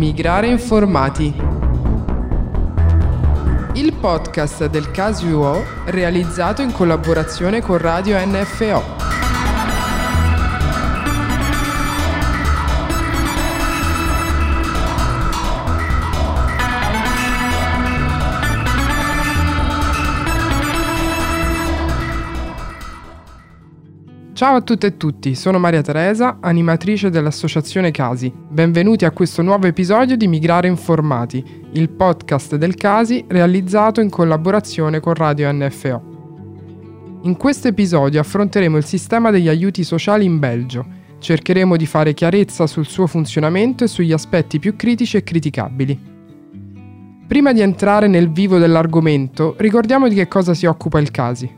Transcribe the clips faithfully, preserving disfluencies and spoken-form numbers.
Migrare informati. Il podcast del C A S U O realizzato in collaborazione con Radio N F O. Ciao a tutte e tutti, sono Maria Teresa, animatrice dell'associazione Casi. Benvenuti a questo nuovo episodio di Migrare Informati, il podcast del Casi realizzato in collaborazione con Radio N F O. In questo episodio affronteremo il sistema degli aiuti sociali in Belgio. Cercheremo di fare chiarezza sul suo funzionamento e sugli aspetti più critici e criticabili. Prima di entrare nel vivo dell'argomento, ricordiamo di che cosa si occupa il Casi.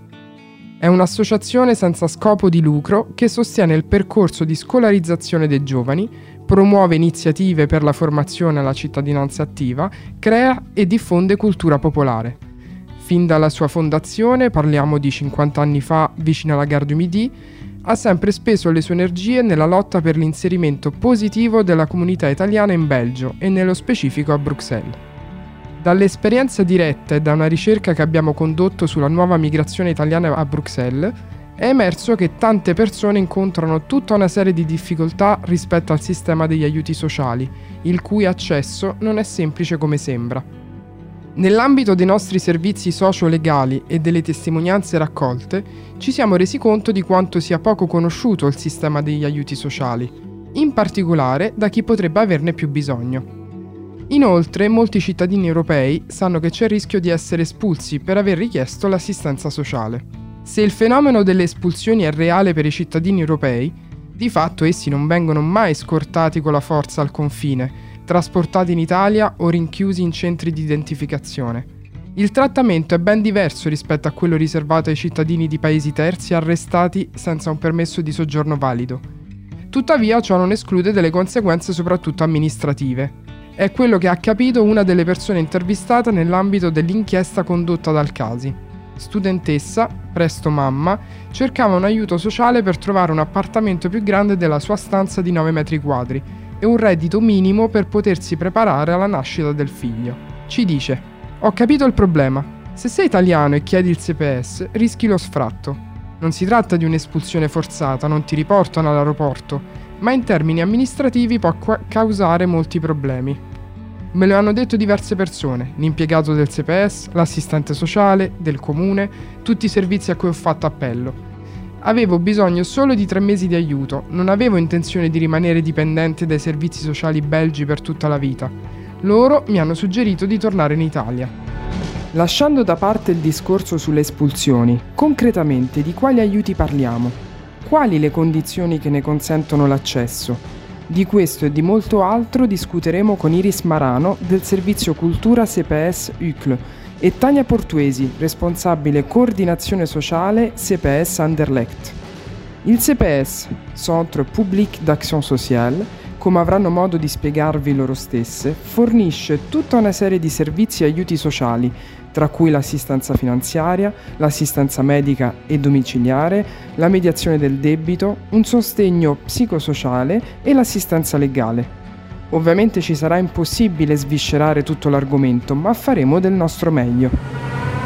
È un'associazione senza scopo di lucro che sostiene il percorso di scolarizzazione dei giovani, promuove iniziative per la formazione alla cittadinanza attiva, crea e diffonde cultura popolare. Fin dalla sua fondazione, parliamo di cinquanta anni fa, vicino alla Gare du Midi, ha sempre speso le sue energie nella lotta per l'inserimento positivo della comunità italiana in Belgio e nello specifico a Bruxelles. Dall'esperienza diretta e da una ricerca che abbiamo condotto sulla nuova migrazione italiana a Bruxelles, è emerso che tante persone incontrano tutta una serie di difficoltà rispetto al sistema degli aiuti sociali, il cui accesso non è semplice come sembra. Nell'ambito dei nostri servizi socio-legali e delle testimonianze raccolte, ci siamo resi conto di quanto sia poco conosciuto il sistema degli aiuti sociali, in particolare da chi potrebbe averne più bisogno. Inoltre, molti cittadini europei sanno che c'è il rischio di essere espulsi per aver richiesto l'assistenza sociale. Se il fenomeno delle espulsioni è reale per i cittadini europei, di fatto essi non vengono mai scortati con la forza al confine, trasportati in Italia o rinchiusi in centri di identificazione. Il trattamento è ben diverso rispetto a quello riservato ai cittadini di paesi terzi arrestati senza un permesso di soggiorno valido. Tuttavia, ciò non esclude delle conseguenze soprattutto amministrative. È quello che ha capito una delle persone intervistate nell'ambito dell'inchiesta condotta dal Casi. Studentessa, presto mamma, cercava un aiuto sociale per trovare un appartamento più grande della sua stanza di nove metri quadri e un reddito minimo per potersi preparare alla nascita del figlio. Ci dice: «Ho capito il problema. Se sei italiano e chiedi il C P S, rischi lo sfratto. Non si tratta di un'espulsione forzata, non ti riportano all'aeroporto, ma in termini amministrativi può qua- causare molti problemi. Me lo hanno detto diverse persone, l'impiegato del C P S, l'assistente sociale, del comune, tutti i servizi a cui ho fatto appello. Avevo bisogno solo di tre mesi di aiuto, non avevo intenzione di rimanere dipendente dai servizi sociali belgi per tutta la vita. Loro mi hanno suggerito di tornare in Italia». Lasciando da parte il discorso sulle espulsioni, concretamente di quali aiuti parliamo? Quali le condizioni che ne consentono l'accesso? Di questo e di molto altro discuteremo con Iris Marano del servizio cultura C P S U C L e Tania Portuesi, responsabile coordinazione sociale C P S Anderlecht. Il C P S, Centre Public d'Action Sociale, come avranno modo di spiegarvi loro stesse, fornisce tutta una serie di servizi e aiuti sociali, tra cui l'assistenza finanziaria, l'assistenza medica e domiciliare, la mediazione del debito, un sostegno psicosociale e l'assistenza legale. Ovviamente ci sarà impossibile sviscerare tutto l'argomento, ma faremo del nostro meglio.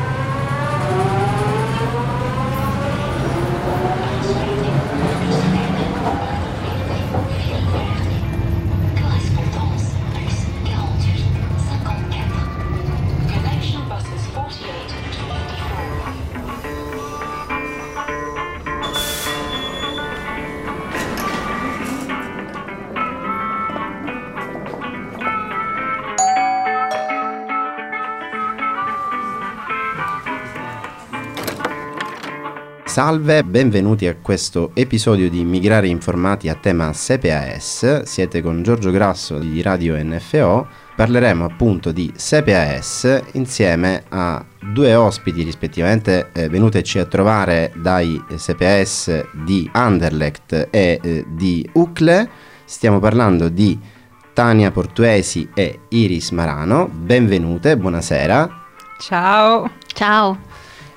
Salve, benvenuti a questo episodio di Migrare Informati a tema C P A S. Siete con Giorgio Grasso di Radio N F O. Parleremo appunto di C P A S insieme a due ospiti rispettivamente eh, venuteci a trovare dai C P A S di Anderlecht e eh, di U C L E. Stiamo parlando di Tania Portuesi e Iris Marano. Benvenute, buonasera. Ciao. Ciao.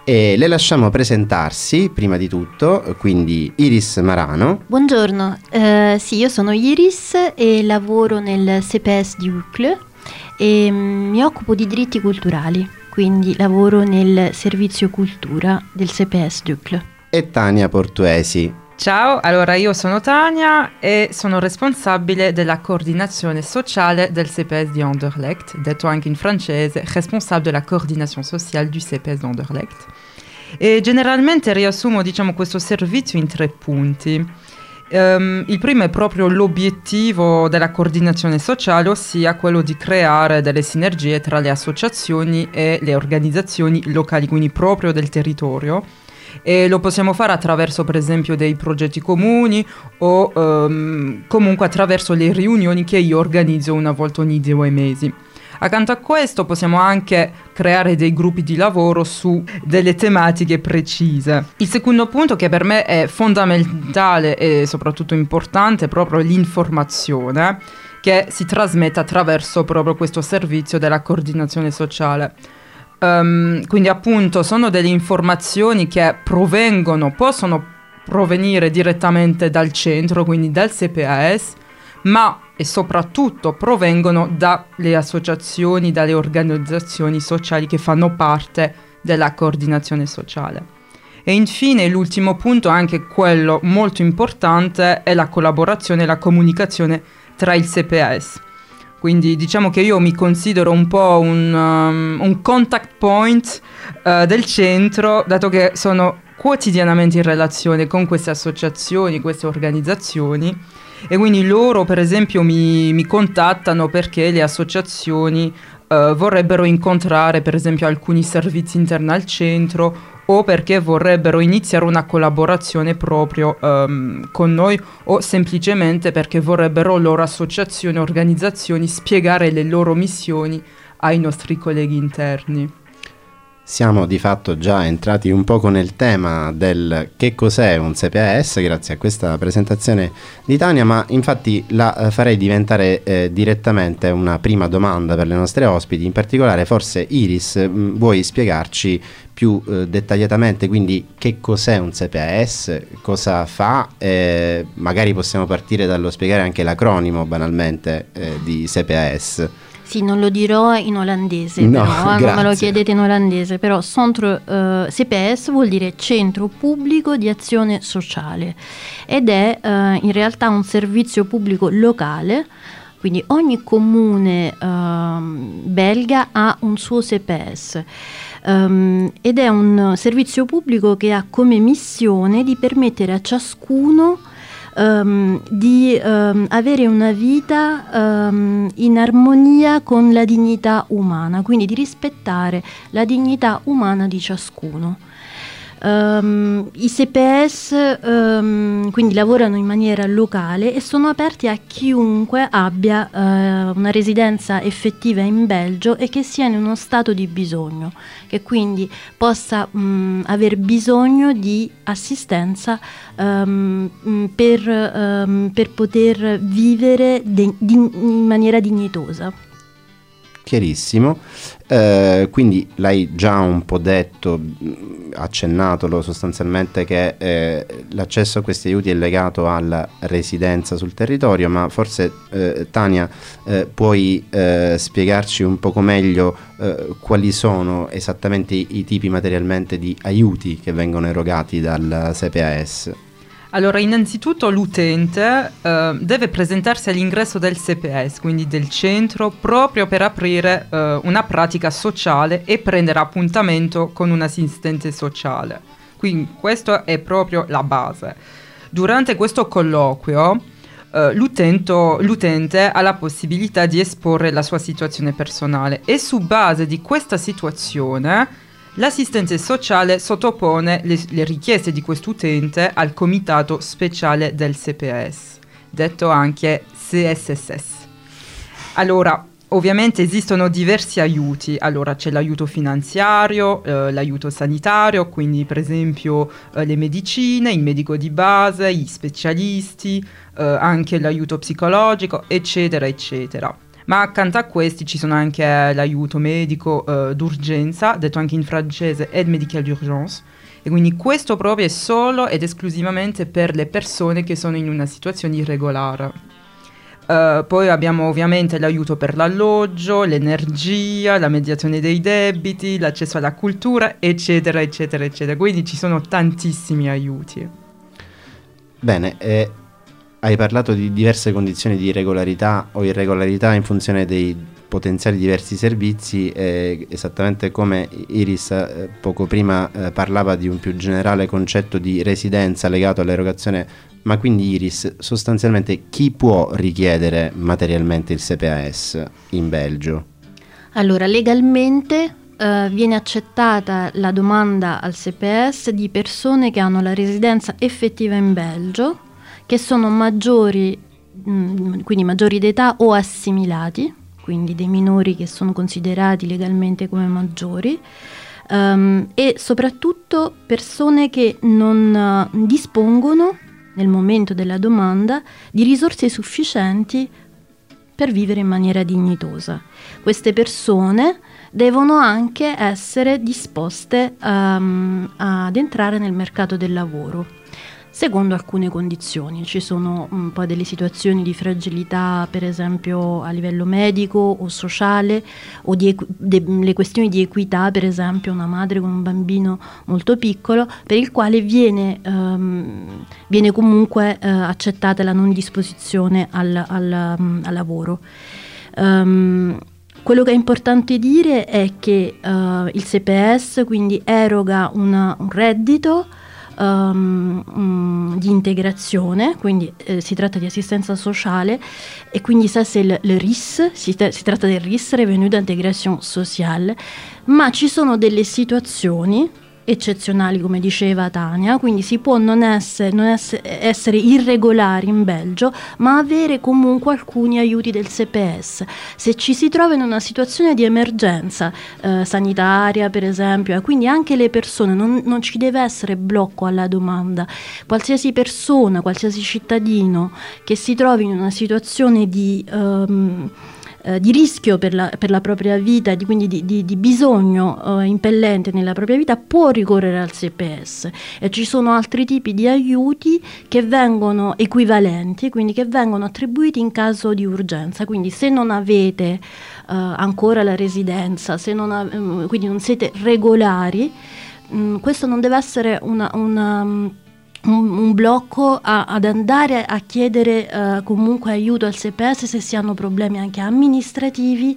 e le lasciamo presentarsi prima di tutto, quindi Iris Marano. Buongiorno, eh, sì, io sono Iris e lavoro nel C P S di U C L e mm, mi occupo di diritti culturali, quindi lavoro nel servizio cultura del C P S di U C L. E Tania Portuesi. Ciao, allora io sono Tania e sono responsabile della coordinazione sociale del C P S di Anderlecht, detto anche in francese, responsable della coordination sociale du C P S di Anderlecht. E generalmente riassumo, diciamo, questo servizio in tre punti. Um, il primo è proprio l'obiettivo della coordinazione sociale, ossia quello di creare delle sinergie tra le associazioni e le organizzazioni locali, quindi proprio del territorio. E lo possiamo fare attraverso, per esempio, dei progetti comuni o um, comunque attraverso le riunioni che io organizzo una volta ogni due mesi. Accanto a questo possiamo anche creare dei gruppi di lavoro su delle tematiche precise. Il secondo punto, che per me è fondamentale e soprattutto importante, è proprio l'informazione che si trasmette attraverso proprio questo servizio della coordinazione sociale. Um, quindi appunto sono delle informazioni che provengono, possono provenire direttamente dal centro, quindi dal C P A S, ma e soprattutto provengono dalle associazioni, dalle organizzazioni sociali che fanno parte della coordinazione sociale. E infine l'ultimo punto, anche quello molto importante, è la collaborazione e la comunicazione tra il C P A S. Quindi diciamo che io mi considero un po' un, um, un contact point uh, del centro, dato che sono quotidianamente in relazione con queste associazioni, queste organizzazioni, e quindi loro per esempio mi, mi contattano perché le associazioni uh, vorrebbero incontrare per esempio alcuni servizi interni al centro, o perché vorrebbero iniziare una collaborazione proprio um, con noi, o semplicemente perché vorrebbero loro associazioni, organizzazioni spiegare le loro missioni ai nostri colleghi interni. Siamo di fatto già entrati un poco nel tema del che cos'è un C P A S grazie a questa presentazione di Tania, ma infatti la eh, farei diventare eh, direttamente una prima domanda per le nostre ospiti. In particolare forse Iris, mh, vuoi spiegarci più eh, dettagliatamente quindi che cos'è un C P A S, cosa fa, eh, magari possiamo partire dallo spiegare anche l'acronimo banalmente eh, di C P A S. Sì, non lo dirò in olandese, no, però, non me lo chiedete in olandese, però centro, uh, C P S vuol dire Centro Pubblico di Azione Sociale ed è uh, in realtà un servizio pubblico locale, quindi ogni comune uh, belga ha un suo C P S. Um, ed è un servizio pubblico che ha come missione di permettere a ciascuno Um, di um, avere una vita um, in armonia con la dignità umana, quindi di rispettare la dignità umana di ciascuno. Um, I C P S um, quindi lavorano in maniera locale e sono aperti a chiunque abbia uh, una residenza effettiva in Belgio e che sia in uno stato di bisogno, che quindi possa um, aver bisogno di assistenza um, per, um, per poter vivere de- di- in maniera dignitosa. Chiarissimo, eh, quindi l'hai già un po' detto, accennatolo sostanzialmente che eh, l'accesso a questi aiuti è legato alla residenza sul territorio, ma forse eh, Tania eh, puoi eh, spiegarci un poco meglio eh, quali sono esattamente i, i tipi materialmente di aiuti che vengono erogati dal C P A S. Allora, innanzitutto l'utente eh, deve presentarsi all'ingresso del C P A S, quindi del centro, proprio per aprire eh, una pratica sociale e prendere appuntamento con un assistente sociale. Quindi questa è proprio la base. Durante questo colloquio eh, l'utente ha la possibilità di esporre la sua situazione personale e su base di questa situazione l'assistente sociale sottopone le, le richieste di quest'utente al comitato speciale del C P A S, detto anche C S S S. Allora, ovviamente esistono diversi aiuti. Allora, c'è l'aiuto finanziario, eh, l'aiuto sanitario, quindi per esempio eh, le medicine, il medico di base, gli specialisti, eh, anche l'aiuto psicologico, eccetera, eccetera. Ma accanto a questi ci sono anche l'aiuto medico eh, d'urgenza, detto anche in francese aide médicale d'urgence, e quindi questo proprio è solo ed esclusivamente per le persone che sono in una situazione irregolare. Uh, poi abbiamo ovviamente l'aiuto per l'alloggio, l'energia, la mediazione dei debiti, l'accesso alla cultura, eccetera, eccetera, eccetera. Quindi ci sono tantissimi aiuti. Bene, eh, hai parlato di diverse condizioni di regolarità o irregolarità in funzione dei potenziali diversi servizi, eh, esattamente come Iris eh, poco prima eh, parlava di un più generale concetto di residenza legato all'erogazione, ma quindi Iris, sostanzialmente chi può richiedere materialmente il S P A S in Belgio? Allora, legalmente eh, viene accettata la domanda al S P S di persone che hanno la residenza effettiva in Belgio, che sono maggiori, mh, quindi maggiori d'età o assimilati, quindi dei minori che sono considerati legalmente come maggiori, um, e soprattutto persone che non uh, dispongono nel momento della domanda di risorse sufficienti per vivere in maniera dignitosa. Queste persone devono anche essere disposte um, ad entrare nel mercato del lavoro secondo alcune condizioni. Ci sono un po' delle situazioni di fragilità, per esempio a livello medico o sociale, o di equ- de- le questioni di equità, per esempio una madre con un bambino molto piccolo, per il quale viene, um, viene comunque uh, accettata la non disposizione al, al, um, al lavoro. Um, Quello che è importante dire è che uh, il S P S quindi eroga una, un reddito Um, um, di integrazione, quindi eh, si tratta di assistenza sociale, e quindi ça c'est le, le R I S, si, te, si tratta del R I S, Revenu d'Intégration Sociale, ma ci sono delle situazioni eccezionali, come diceva Tania, quindi si può non, essere, non essere, essere irregolari in Belgio, ma avere comunque alcuni aiuti del S P S. Se ci si trova in una situazione di emergenza eh, sanitaria, per esempio, e quindi anche le persone, non, non ci deve essere blocco alla domanda. Qualsiasi persona, qualsiasi cittadino che si trovi in una situazione di... Um, Eh, di rischio per la, per la propria vita, di, quindi di, di, di bisogno eh, impellente nella propria vita, può ricorrere al S P S, e ci sono altri tipi di aiuti che vengono equivalenti, quindi che vengono attribuiti in caso di urgenza. Quindi se non avete eh, ancora la residenza, se non ave- quindi non siete regolari, mh, questo non deve essere una, una Un, un blocco a, ad andare a chiedere uh, comunque aiuto al S P S se si hanno problemi anche amministrativi.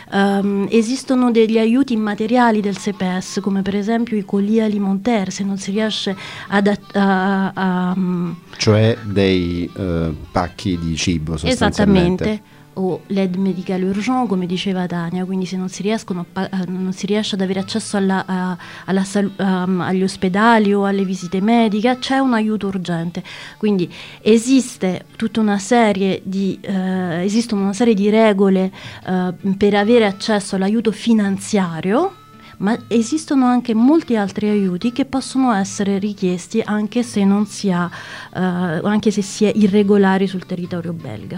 Um, esistono degli aiuti immateriali del S P S, come per esempio i colis alimentaires, se non si riesce ad a, a, a, um, cioè dei uh, pacchi di cibo sostanzialmente. Esattamente. O l'aide médicale urgente, come diceva Tania, quindi se non si, riescono a, non si riesce ad avere accesso alla, a, alla sal, um, agli ospedali o alle visite mediche, c'è un aiuto urgente. Quindi esiste tutta una serie di eh, esistono una serie di regole eh, per avere accesso all'aiuto finanziario, ma esistono anche molti altri aiuti che possono essere richiesti anche se non si ha eh, anche se si è irregolari sul territorio belga.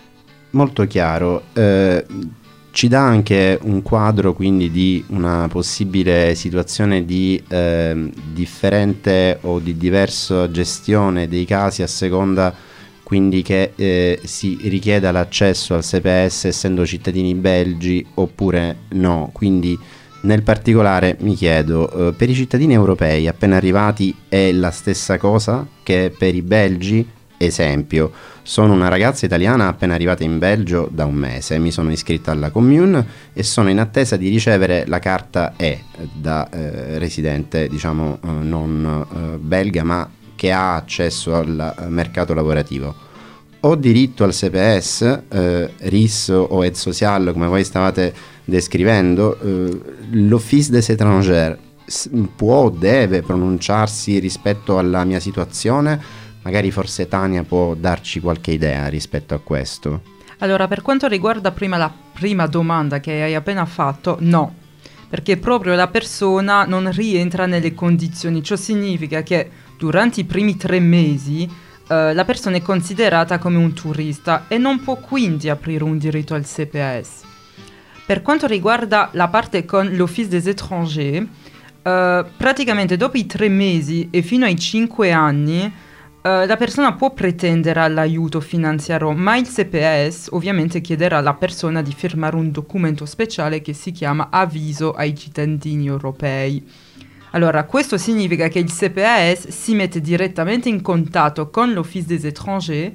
Molto chiaro. Eh, ci dà anche un quadro quindi di una possibile situazione di eh, differente o di diversa gestione dei casi a seconda quindi che eh, si richieda l'accesso al S P S essendo cittadini belgi oppure no. Quindi nel particolare mi chiedo, eh, per i cittadini europei appena arrivati è la stessa cosa che per i belgi? Esempio, sono una ragazza italiana appena arrivata in Belgio da un mese, mi sono iscritta alla commune e sono in attesa di ricevere la carta E da eh, residente, diciamo eh, non eh, belga, ma che ha accesso al mercato lavorativo. Ho diritto al S P S, eh, R I S o Aide Sociale, come voi stavate descrivendo. eh, l'Office des étrangers può o deve pronunciarsi rispetto alla mia situazione? Magari forse Tania può darci qualche idea rispetto a questo. Allora, per quanto riguarda prima la prima domanda che hai appena fatto, no, perché proprio la persona non rientra nelle condizioni. Ciò significa che durante i primi tre mesi uh, la persona è considerata come un turista e non può quindi aprire un diritto al C P A S. Per quanto riguarda la parte con l'Office des étrangers, uh, praticamente dopo i tre mesi e fino ai cinque anni Uh, la persona può pretendere all'aiuto finanziario, ma il C P A S ovviamente chiederà alla persona di firmare un documento speciale che si chiama avviso ai cittadini europei. Allora, questo significa che il C P A S si mette direttamente in contatto con l'Office des étrangers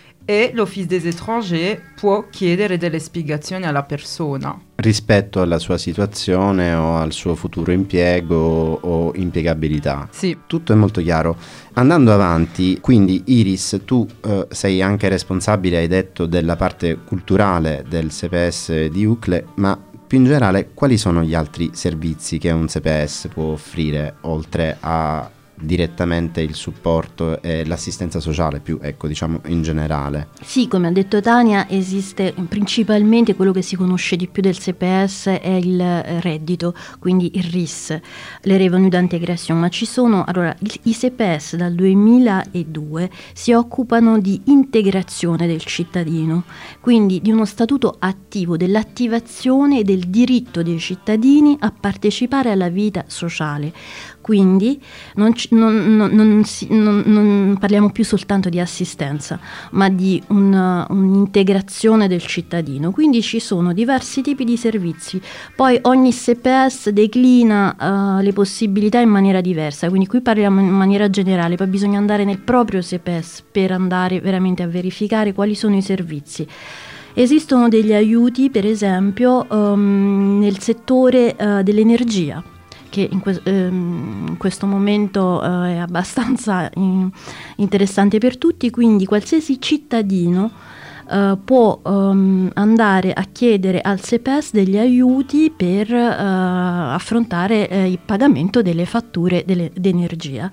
e l'Office des étrangers può chiedere delle spiegazioni alla persona. Rispetto alla sua situazione o al suo futuro impiego o impiegabilità. Sì. Tutto è molto chiaro. Andando avanti, quindi Iris, tu eh, sei anche responsabile, hai detto, della parte culturale del C P A S di U C L E, ma più in generale quali sono gli altri servizi che un C P A S può offrire oltre a direttamente il supporto e l'assistenza sociale, più ecco diciamo in generale? Sì, come ha detto Tania, esiste principalmente quello che si conosce di più del C P A S è il reddito, quindi il R I S, le Revenu d'Intégration, ma ci sono, allora i, i C P A S dal duemiladue si occupano di integrazione del cittadino, quindi di uno statuto attivo, dell'attivazione e del diritto dei cittadini a partecipare alla vita sociale. Quindi non, non, non, non, si, non, non parliamo più soltanto di assistenza, ma di un, un'integrazione del cittadino. Quindi ci sono diversi tipi di servizi. Poi ogni C P A S declina uh, le possibilità in maniera diversa. Quindi qui parliamo in maniera generale, poi bisogna andare nel proprio C P A S per andare veramente a verificare quali sono i servizi. Esistono degli aiuti, per esempio, um, nel settore uh, dell'energia, che in, que- ehm, in questo momento eh, è abbastanza in- interessante per tutti, quindi qualsiasi cittadino eh, può ehm, andare a chiedere al C P A S degli aiuti per eh, affrontare eh, il pagamento delle fatture delle- d'energia.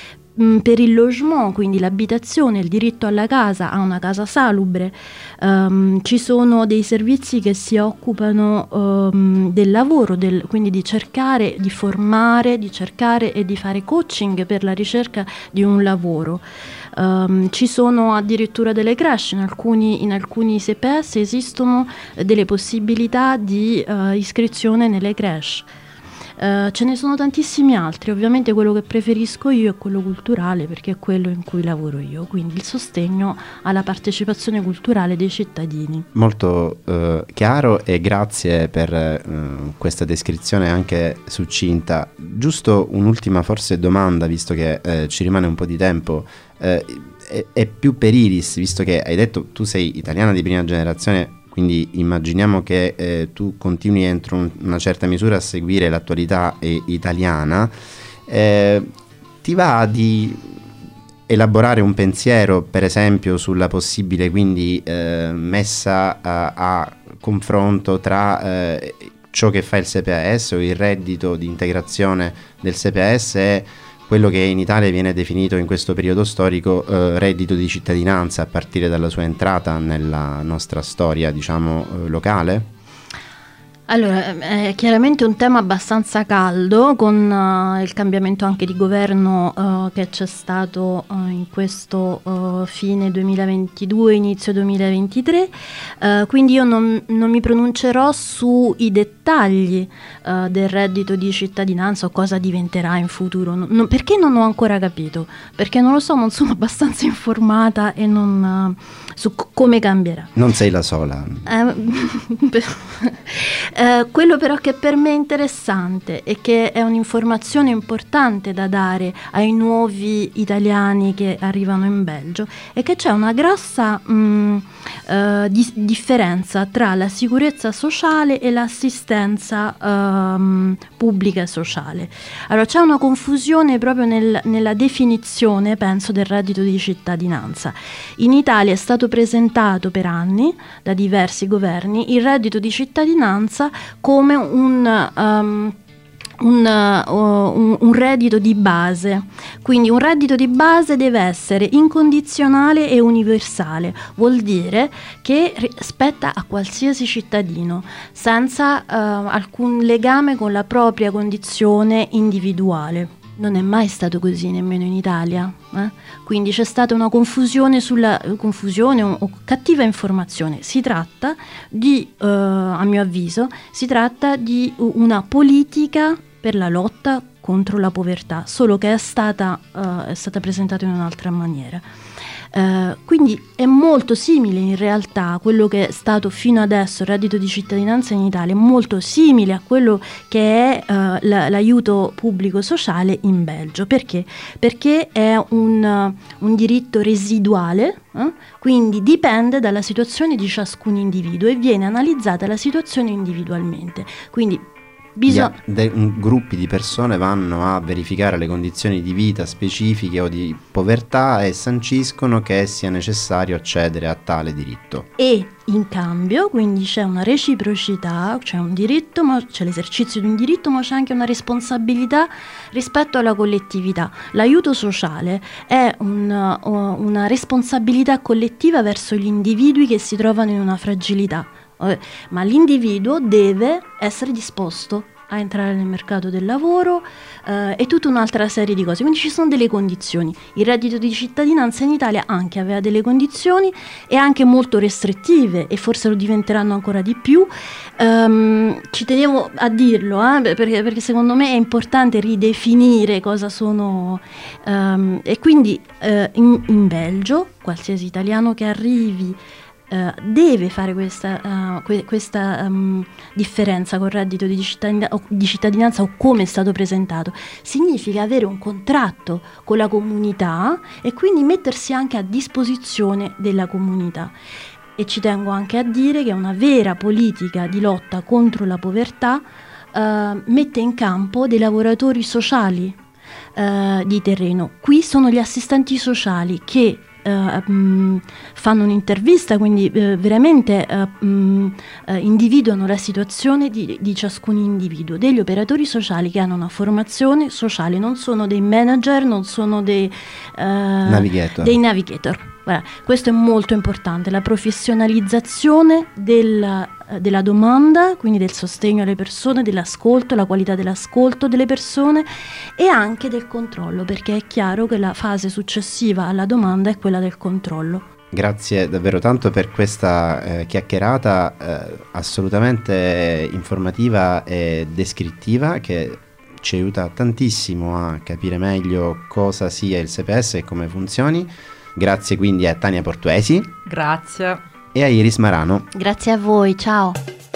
Per il logement, quindi l'abitazione, il diritto alla casa, a una casa salubre, um, ci sono dei servizi che si occupano um, del lavoro, del, quindi di cercare, di formare, di cercare e di fare coaching per la ricerca di un lavoro. Um, ci sono addirittura delle creche, in alcuni, in alcuni C P A S esistono delle possibilità di uh, iscrizione nelle creche. Uh, ce ne sono tantissimi altri, ovviamente quello che preferisco io è quello culturale perché è quello in cui lavoro io, quindi il sostegno alla partecipazione culturale dei cittadini. Molto uh, chiaro e grazie per uh, questa descrizione anche succinta. Giusto un'ultima forse domanda, visto che uh, ci rimane un po' di tempo, uh, è, è più per Iris, visto che hai detto tu sei italiana di prima generazione, quindi immaginiamo che eh, tu continui entro un, una certa misura a seguire l'attualità eh, italiana. Eh, ti va di elaborare un pensiero, per esempio, sulla possibile quindi eh, messa a, a confronto tra eh, ciò che fa il C P A S o il reddito di integrazione del C P A S e quello che in Italia viene definito in questo periodo storico eh, reddito di cittadinanza, a partire dalla sua entrata nella nostra storia, diciamo, eh, locale? Allora, è chiaramente un tema abbastanza caldo con uh, il cambiamento anche di governo uh, che c'è stato uh, in questo uh, fine duemilaventidue, inizio duemilaventitré, uh, quindi io non, non mi pronuncerò sui dettagli uh, del reddito di cittadinanza o cosa diventerà in futuro, no, no, perché non ho ancora capito, perché non lo so, non sono abbastanza informata e non uh, su c- come cambierà. Non sei la sola. Eh, Eh, quello però che per me è interessante e che è un'informazione importante da dare ai nuovi italiani che arrivano in Belgio è che c'è una grossa mh, eh, di- differenza tra la sicurezza sociale e l'assistenza ehm, pubblica e sociale. Allora c'è una confusione proprio nel, nella definizione, penso, del reddito di cittadinanza. In Italia è stato presentato per anni da diversi governi il reddito di cittadinanza come un, um, un, uh, un, un reddito di base. Quindi un reddito di base deve essere incondizionale e universale, vuol dire che spetta a qualsiasi cittadino senza uh, alcun legame con la propria condizione individuale. Non è mai stato così nemmeno in Italia, eh? Quindi c'è stata una confusione sulla confusione o, o cattiva informazione. Si tratta di, eh, a mio avviso, si tratta di una politica per la lotta contro la povertà, solo che è stata, uh, è stata presentata in un'altra maniera. Uh, quindi è molto simile in realtà a quello che è stato fino adesso il reddito di cittadinanza in Italia, è molto simile a quello che è uh, la, l'aiuto pubblico sociale in Belgio. Perché? Perché è un, uh, un diritto residuale, eh? Quindi dipende dalla situazione di ciascun individuo e viene analizzata la situazione individualmente. Quindi Bisog- de- gruppi di persone vanno a verificare le condizioni di vita specifiche o di povertà e sanciscono che sia necessario accedere a tale diritto. E in cambio, quindi c'è una reciprocità, c'è un diritto, ma c'è l'esercizio di un diritto, ma c'è anche una responsabilità rispetto alla collettività. L'aiuto sociale è una, una responsabilità collettiva verso gli individui che si trovano in una fragilità. Ma l'individuo deve essere disposto a entrare nel mercato del lavoro eh, e tutta un'altra serie di cose, quindi ci sono delle condizioni. Il reddito di cittadinanza in Italia anche aveva delle condizioni e anche molto restrittive, e forse lo diventeranno ancora di più. Um, ci tenevo a dirlo eh, perché, perché secondo me è importante ridefinire cosa sono um, e quindi uh, in, in Belgio qualsiasi italiano che arrivi Uh, deve fare questa, uh, que- questa um, differenza col reddito di, cittadin- o di cittadinanza o come è stato presentato. Significa avere un contratto con la comunità e quindi mettersi anche a disposizione della comunità. E ci tengo anche a dire che una vera politica di lotta contro la povertà uh, mette in campo dei lavoratori sociali uh, di terreno. Qui sono gli assistenti sociali che Uh, um, fanno un'intervista, quindi uh, veramente uh, um, uh, individuano la situazione di, di ciascun individuo, degli operatori sociali che hanno una formazione sociale, non sono dei manager, non sono dei, uh, navigator. dei navigator. Guarda, questo è molto importante, la professionalizzazione del, della domanda, quindi del sostegno alle persone, dell'ascolto, la qualità dell'ascolto delle persone e anche del controllo, perché è chiaro che la fase successiva alla domanda è quella del controllo. Grazie davvero tanto per questa eh, chiacchierata eh, assolutamente informativa e descrittiva, che ci aiuta tantissimo a capire meglio cosa sia il S P S e come funzioni. Grazie quindi a Tania Portuesi. Grazie. E a Iris Marano. Grazie a voi, ciao.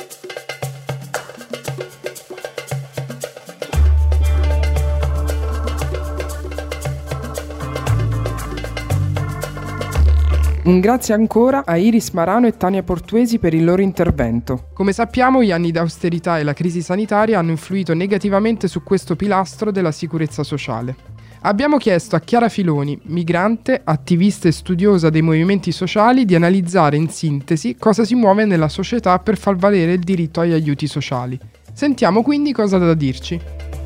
Un grazie ancora a Iris Marano e Tania Portuesi per il loro intervento. Come sappiamo, gli anni d'austerità e la crisi sanitaria hanno influito negativamente su questo pilastro della sicurezza sociale. Abbiamo chiesto a Chiara Filoni, migrante, attivista e studiosa dei movimenti sociali, di analizzare in sintesi cosa si muove nella società per far valere il diritto agli aiuti sociali. Sentiamo quindi cosa ha da dirci.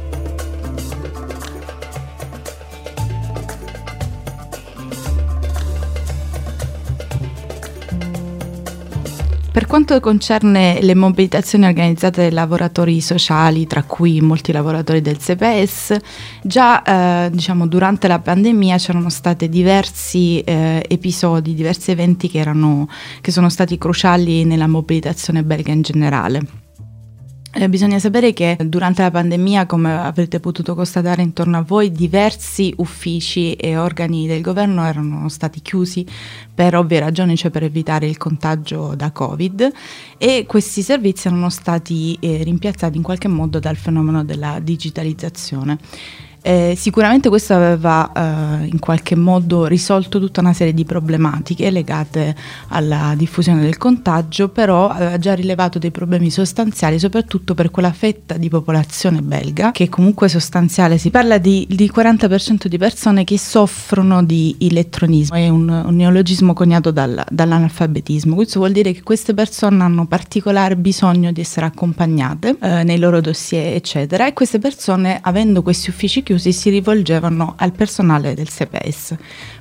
Per quanto concerne le mobilitazioni organizzate dai lavoratori sociali, tra cui molti lavoratori del S P S, già eh, diciamo durante la pandemia c'erano stati diversi eh, episodi, diversi eventi che, erano, che sono stati cruciali nella mobilitazione belga in generale. Eh, bisogna sapere che durante la pandemia, come avrete potuto constatare intorno a voi, diversi uffici e organi del governo erano stati chiusi per ovvie ragioni, cioè per evitare il contagio da Covid, e questi servizi erano stati eh, rimpiazzati in qualche modo dal fenomeno della digitalizzazione. Eh, sicuramente questo aveva eh, in qualche modo risolto tutta una serie di problematiche legate alla diffusione del contagio, però aveva già rilevato dei problemi sostanziali, soprattutto per quella fetta di popolazione belga, che comunque è sostanziale. Si parla di, di quaranta per cento di persone che soffrono di illettronismo, è un, un neologismo coniato dal, dall'analfabetismo. Questo vuol dire che queste persone hanno particolare bisogno di essere accompagnate eh, nei loro dossier, eccetera, e queste persone, avendo questi uffici chiusi, si rivolgevano al personale del S P S.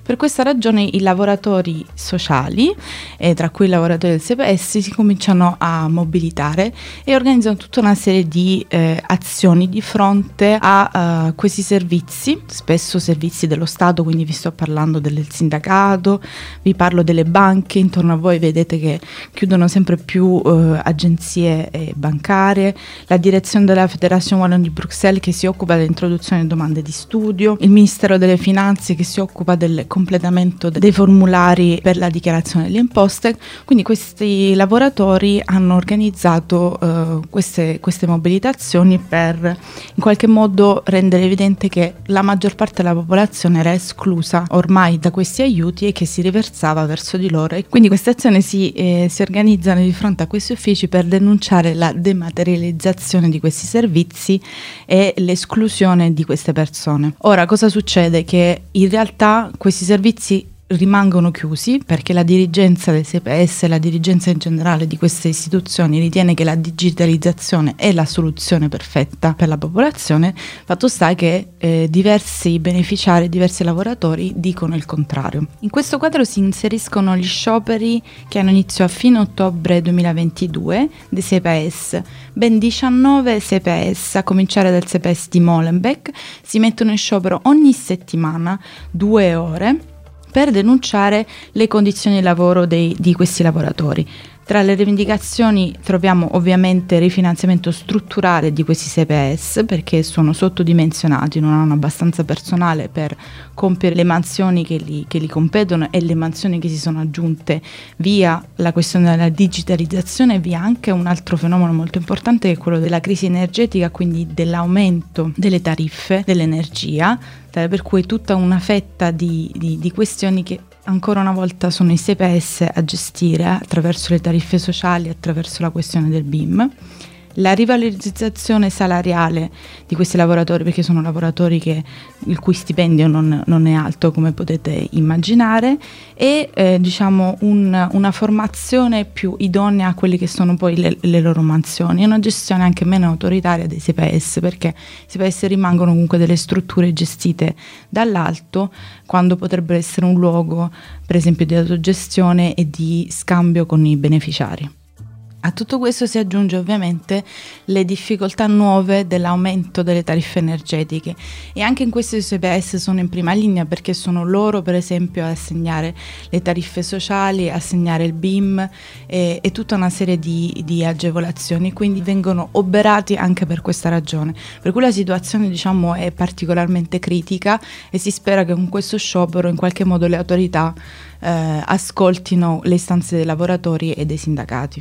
Per questa ragione i lavoratori sociali, e tra cui i lavoratori del S P S, si cominciano a mobilitare e organizzano tutta una serie di eh, azioni di fronte a uh, questi servizi, spesso servizi dello Stato, quindi vi sto parlando del sindacato, vi parlo delle banche, intorno a voi vedete che chiudono sempre più uh, agenzie eh, bancarie, la direzione della Fédération Wallonne di Bruxelles che si occupa dell'introduzione di domande di studio, il Ministero delle Finanze che si occupa del completamento dei formulari per la dichiarazione delle imposte. Quindi questi lavoratori hanno organizzato uh, queste, queste mobilitazioni per in qualche modo rendere evidente che la maggior parte della popolazione era esclusa ormai da questi aiuti e che si riversava verso di loro, e quindi queste azioni si, eh, si organizzano di fronte a questi uffici per denunciare la dematerializzazione di questi servizi e l'esclusione di queste persone. Ora, cosa succede? Che in realtà questi servizi rimangono chiusi perché la dirigenza del S P S e la dirigenza in generale di queste istituzioni ritiene che la digitalizzazione è la soluzione perfetta per la popolazione. Fatto sta che eh, diversi beneficiari, diversi lavoratori dicono il contrario. In questo quadro si inseriscono gli scioperi che hanno inizio a fine ottobre duemilaventidue dei S P S. Ben diciannove S P S, a cominciare dal S P S di Molenbeek, si mettono in sciopero ogni settimana due ore per denunciare le condizioni di lavoro dei, di questi lavoratori. Tra le rivendicazioni troviamo ovviamente il rifinanziamento strutturale di questi S P S perché sono sottodimensionati, non hanno abbastanza personale per compiere le mansioni che li, che li competono, e le mansioni che si sono aggiunte via la questione della digitalizzazione e via anche un altro fenomeno molto importante che è quello della crisi energetica, quindi dell'aumento delle tariffe dell'energia, per cui tutta una fetta di, di, di questioni che ancora una volta sono i S P S a gestire attraverso le tariffe sociali, attraverso la questione del B I M. La rivalorizzazione salariale di questi lavoratori, perché sono lavoratori che, il cui stipendio non, non è alto come potete immaginare, e eh, diciamo un, una formazione più idonea a quelle che sono poi le, le loro mansioni, e una gestione anche meno autoritaria dei S P S, perché i S P S rimangono comunque delle strutture gestite dall'alto, quando potrebbero essere un luogo per esempio di autogestione e di scambio con i beneficiari. A tutto questo si aggiunge ovviamente le difficoltà nuove dell'aumento delle tariffe energetiche, e anche in questo i S P S sono in prima linea perché sono loro per esempio a assegnare le tariffe sociali, assegnare il B I M e, e tutta una serie di, di agevolazioni, quindi vengono oberati anche per questa ragione, per cui la situazione diciamo è particolarmente critica e si spera che con questo sciopero in qualche modo le autorità eh, ascoltino le istanze dei lavoratori e dei sindacati.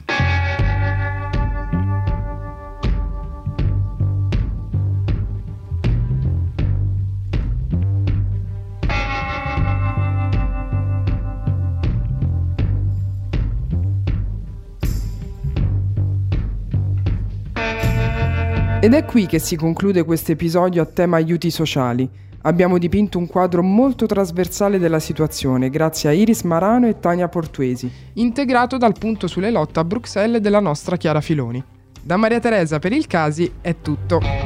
Ed è qui che si conclude questo episodio a tema aiuti sociali. Abbiamo dipinto un quadro molto trasversale della situazione grazie a Iris Marano e Tania Portuesi, integrato dal punto sulle lotte a Bruxelles della nostra Chiara Filoni. Da Maria Teresa per il Casi è tutto.